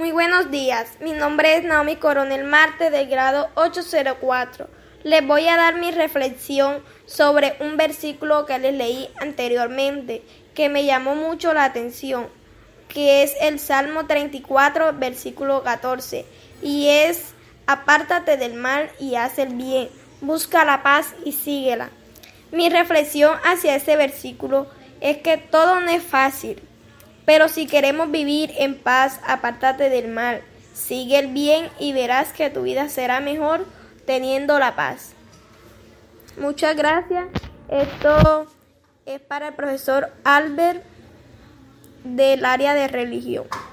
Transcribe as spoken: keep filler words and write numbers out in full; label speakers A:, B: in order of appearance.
A: Muy buenos días, mi nombre es Naomi Coronel Marte del grado ocho cero cuatro. Les voy a dar mi reflexión sobre un versículo que les leí anteriormente, que me llamó mucho la atención, que es el Salmo treinta y cuatro, versículo catorce, y es: apártate del mal y haz el bien, busca la paz y síguela. Mi reflexión hacia este versículo es que todo no es fácil, pero si queremos vivir en paz, apártate del mal, sigue el bien y verás que tu vida será mejor teniendo la paz. Muchas gracias. Esto es para el profesor Albert del área de religión.